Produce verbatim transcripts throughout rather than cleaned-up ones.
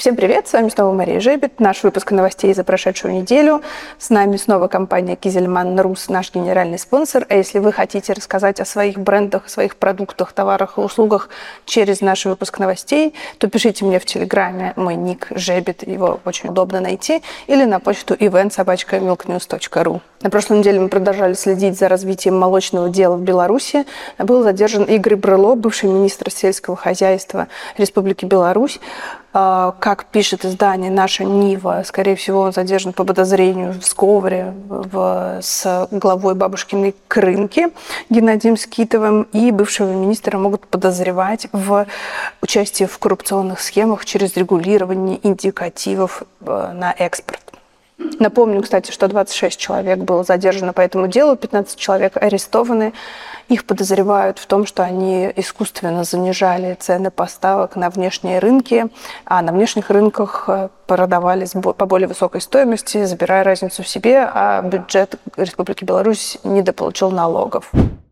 Всем привет, с вами снова Мария Жебет, наш выпуск новостей за прошедшую неделю. С нами снова компания Кизельман Рус, наш генеральный спонсор. А если вы хотите рассказать о своих брендах, о своих продуктах, товарах и услугах через наш выпуск новостей, то пишите мне в Телеграме, мой ник Жебет, его очень удобно найти, или на почту event собака milknews точка ру. На прошлой неделе мы продолжали следить за развитием молочного дела в Беларуси. Был задержан Игорь Брыло, бывший министр сельского хозяйства Республики Беларусь. Как пишет издание «Наша Нива», скорее всего, он задержан по подозрению в сговоре в, с главой бабушкиной Крынки Геннадием Скитовым, и бывшего министра могут подозревать в участии в коррупционных схемах через регулирование индикативов на экспорт. Напомню, кстати, что двадцать шесть человек было задержано по этому делу, пятнадцать человек арестованы. Их подозревают в том, что они искусственно занижали цены поставок на внешние рынки, а на внешних рынках продавались по более высокой стоимости, забирая разницу в себе, а бюджет Республики Беларусь недополучил налогов.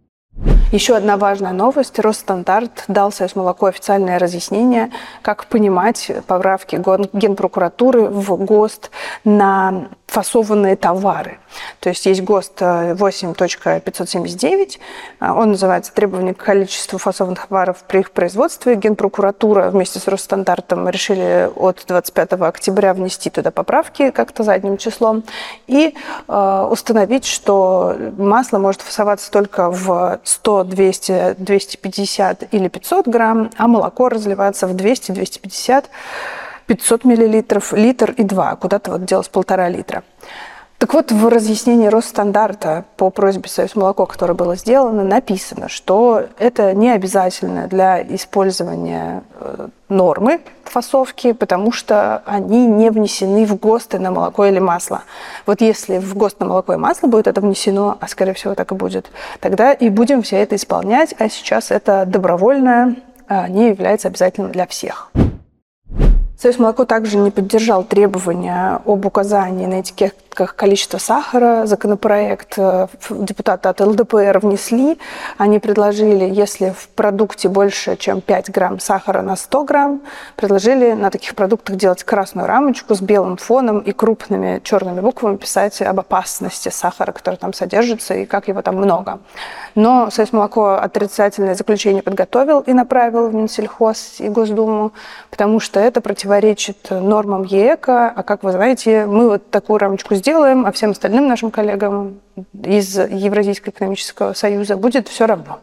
Еще одна важная новость. Росстандартт дал Союзмолоко официальное разъяснение, как понимать поправки Генпрокуратуры в ГОСТ на фасованные товары. То есть есть ГОСТ восемь точка пятьсот семьдесят девять, он называется «Требования к количеству фасованных товаров при их производстве». Генпрокуратура вместе с Росстандартом решили от двадцать пятого октября внести туда поправки как-то задним числом и э, установить, что масло может фасоваться только в сто, двести, двести пятьдесят или пятьсот грамм, а молоко разливаться в двести, двести пятьдесят, пятьсот миллилитров, литр и два, куда-то вот делать полтора литра. Так вот, в разъяснении Росстандартта по просьбе Союзмолоко, которое было сделано, написано, что это не обязательно для использования нормы фасовки, потому что они не внесены в ГОСТы на молоко или масло. Вот если в ГОСТ на молоко и масло будет это внесено, а скорее всего так и будет, тогда и будем все это исполнять, а сейчас это добровольное, не является обязательным для всех. Союзмолоко также не поддержал требования об указании на этикетках количества сахара. Законопроект депутаты от эл дэ пэ эр внесли. Они предложили, если в продукте больше, чем пять грамм сахара на сто грамм, предложили на таких продуктах делать красную рамочку с белым фоном и крупными черными буквами писать об опасности сахара, который там содержится, и как его там много. Но Союзмолоко отрицательное заключение подготовил и направил в Минсельхоз и Госдуму, потому что это против противоречит нормам ЕЭКО, а как вы знаете, мы вот такую рамочку сделаем, а всем остальным нашим коллегам из Евразийского экономического союза будет все равно.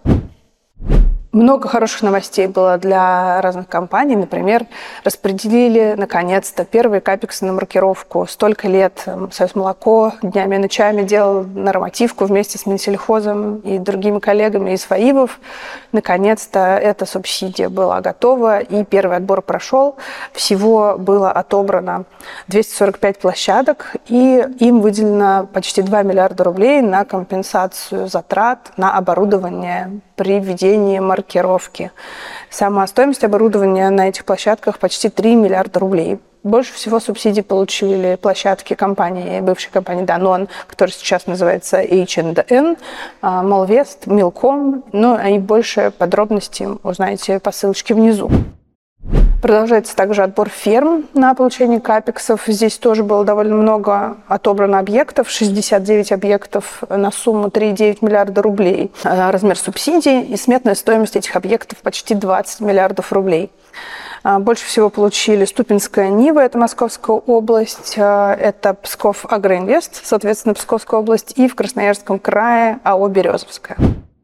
Много хороших новостей было для разных компаний. Например, распределили, наконец-то, первые капексы на маркировку. Столько лет Союзмолоко днями и ночами делал нормативку вместе с Минсельхозом и другими коллегами из ФАИВов. Наконец-то эта субсидия была готова, и первый отбор прошел. Всего было отобрано двести сорок пять площадок, и им выделено почти два миллиарда рублей на компенсацию затрат на оборудование при введении маркировки. Сама стоимость оборудования на этих площадках почти три миллиарда рублей. Больше всего субсидий получили площадки компании, бывшей компании Danone, которая сейчас называется эйч энд эн, Молвест, Милком. Ну и больше подробностей узнаете по ссылочке внизу. Продолжается также отбор ферм на получение капексов. Здесь тоже было довольно много отобрано объектов, шестьдесят девять объектов на сумму три целых девять десятых миллиарда рублей. Размер субсидий и сметная стоимость этих объектов почти двадцать миллиардов рублей. Больше всего получили Ступинская Нива, это Московская область, это Псков Агроинвест, соответственно, Псковская область, и в Красноярском крае АО «Березовская».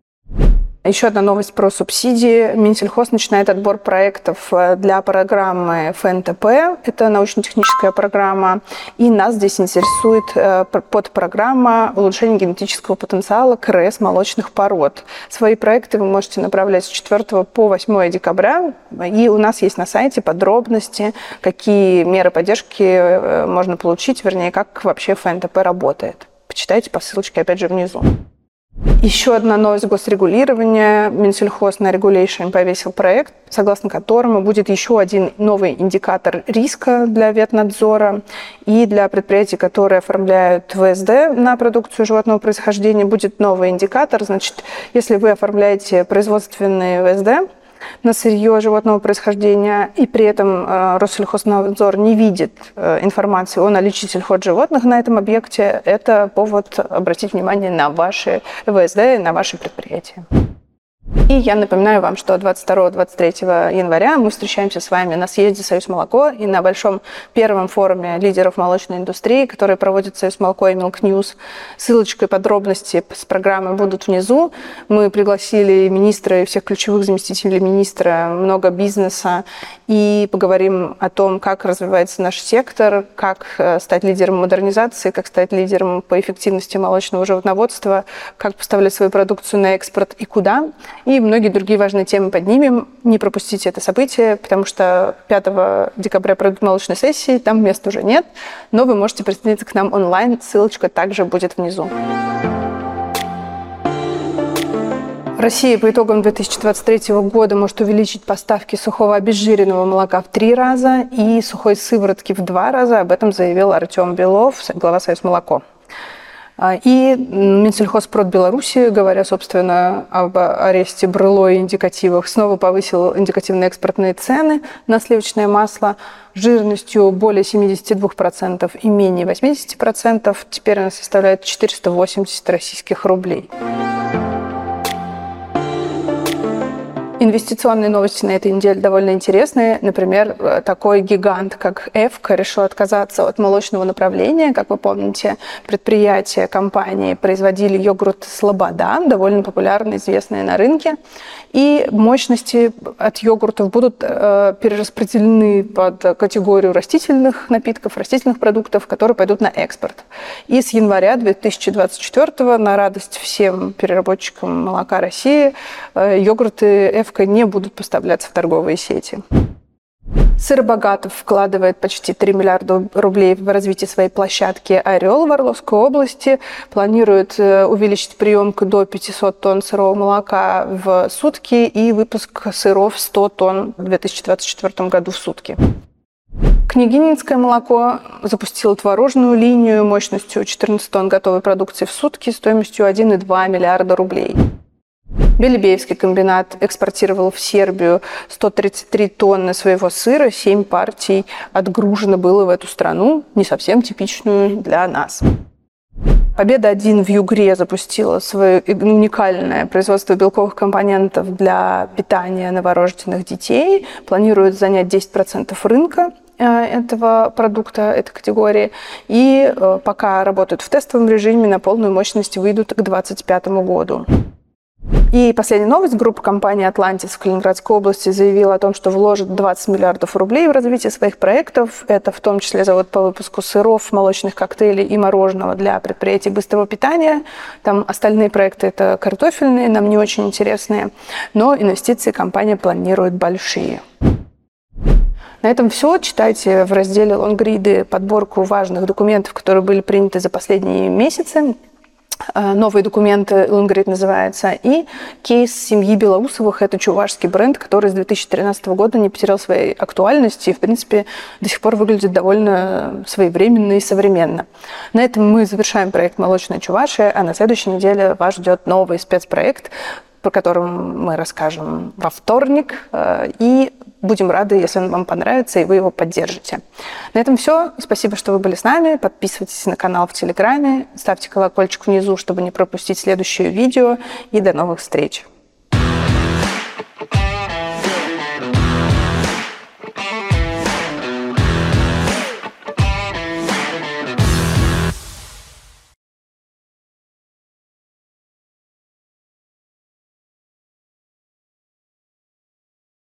Еще одна новость про субсидии. Минсельхоз начинает отбор проектов для программы эф эн тэ пэ. Это научно-техническая программа. И нас здесь интересует подпрограмма улучшения генетического потенциала КРС молочных пород. Свои проекты вы можете направлять с четвёртого по восьмое декабря. И у нас есть на сайте подробности, какие меры поддержки можно получить, вернее, как вообще эф эн тэ пэ работает. Почитайте по ссылочке, опять же, внизу. Еще одна новость госрегулирования. Минсельхоз на Regulation повесил проект, согласно которому будет еще один новый индикатор риска для ветнадзора. И для предприятий, которые оформляют вэ эс дэ на продукцию животного происхождения, будет новый индикатор. Значит, если вы оформляете производственный вэ эс дэ, на сырье животного происхождения, и при этом Россельхознадзор не видит информации о наличии сельхозживотных на этом объекте, это повод обратить внимание на ваши вэ эс дэ, на ваши предприятия. И я напоминаю вам, что двадцать второго — двадцать третьего января мы встречаемся с вами на съезде «Союз Молоко» и на большом первом форуме лидеров молочной индустрии, который проводит «Союз Молоко» и Milk News. Ссылочка и подробности с программы будут внизу. Мы пригласили министра и всех ключевых заместителей министра, много бизнеса, и поговорим о том, как развивается наш сектор, как стать лидером модернизации, как стать лидером по эффективности молочного животноводства, как поставлять свою продукцию на экспорт и куда. И многие другие важные темы поднимем. Не пропустите это событие, потому что пятого декабря пройдут молочные сессии, там места уже нет, но вы можете присоединиться к нам онлайн, ссылочка также будет внизу. Россия по итогам две тысячи двадцать третьего года может увеличить поставки сухого обезжиренного молока в три раза и сухой сыворотки в два раза. Об этом заявил Артем Белов, глава «Союз Молоко». И Минсельхозпрод Беларуси, говоря, собственно, об аресте Брыло и индикативах, снова повысил индикативные экспортные цены на сливочное масло жирностью более семидесяти двух процентов и менее восьмидесяти процентов. Теперь она составляет четыреста восемьдесят российских рублей. Инвестиционные новости на этой неделе довольно интересные. Например, такой гигант, как Эвка, решил отказаться от молочного направления. Как вы помните, предприятия компании производили йогурт «Слобода», довольно популярный, известный на рынке. И мощности от йогуртов будут э, перераспределены под категорию растительных напитков, растительных продуктов, которые пойдут на экспорт. И с января две тысячи двадцать четвёртого, на радость всем переработчикам молока России, э, йогурты Эвка не будут поставляться в торговые сети. Сыробогатов вкладывает почти три миллиарда рублей в развитие своей площадки «Орел» в Орловской области. Планирует увеличить приемку до пятисот тонн сырого молока в сутки и выпуск сыров сто тонн в две тысячи двадцать четвёртом году в сутки. Княгининское молоко запустило творожную линию мощностью четырнадцать тонн готовой продукции в сутки стоимостью один и два миллиарда рублей. Белебеевский комбинат экспортировал в Сербию сто тридцать три тонны своего сыра, семь партий отгружено было в эту страну, не совсем типичную для нас. Победа-один в Югре запустила свое уникальное производство белковых компонентов для питания новорожденных детей, планирует занять десять процентов рынка этого продукта, этой категории, и пока работают в тестовом режиме, на полную мощность выйдут к двадцать пятому году. И последняя новость. Группа компании «Атлантис» в Калининградской области заявила о том, что вложит двадцать миллиардов рублей в развитие своих проектов. Это в том числе завод по выпуску сыров, молочных коктейлей и мороженого для предприятий быстрого питания. Там остальные проекты – это картофельные, нам не очень интересные, но инвестиции компания планирует большие. На этом все. Читайте в разделе «Лонгриды» подборку важных документов, которые были приняты за последние месяцы. Новые документы, лонгрид называется, и кейс семьи Белоусовых. Это чувашский бренд, который с две тысячи тринадцатого года не потерял своей актуальности и, в принципе, до сих пор выглядит довольно своевременно и современно. На этом мы завершаем проект «Молочная Чувашия», а на следующей неделе вас ждет новый спецпроект, про который мы расскажем во вторник, и будем рады, если он вам понравится, и вы его поддержите. На этом все. Спасибо, что вы были с нами. Подписывайтесь на канал в Телеграме, ставьте колокольчик внизу, чтобы не пропустить следующее видео. И до новых встреч!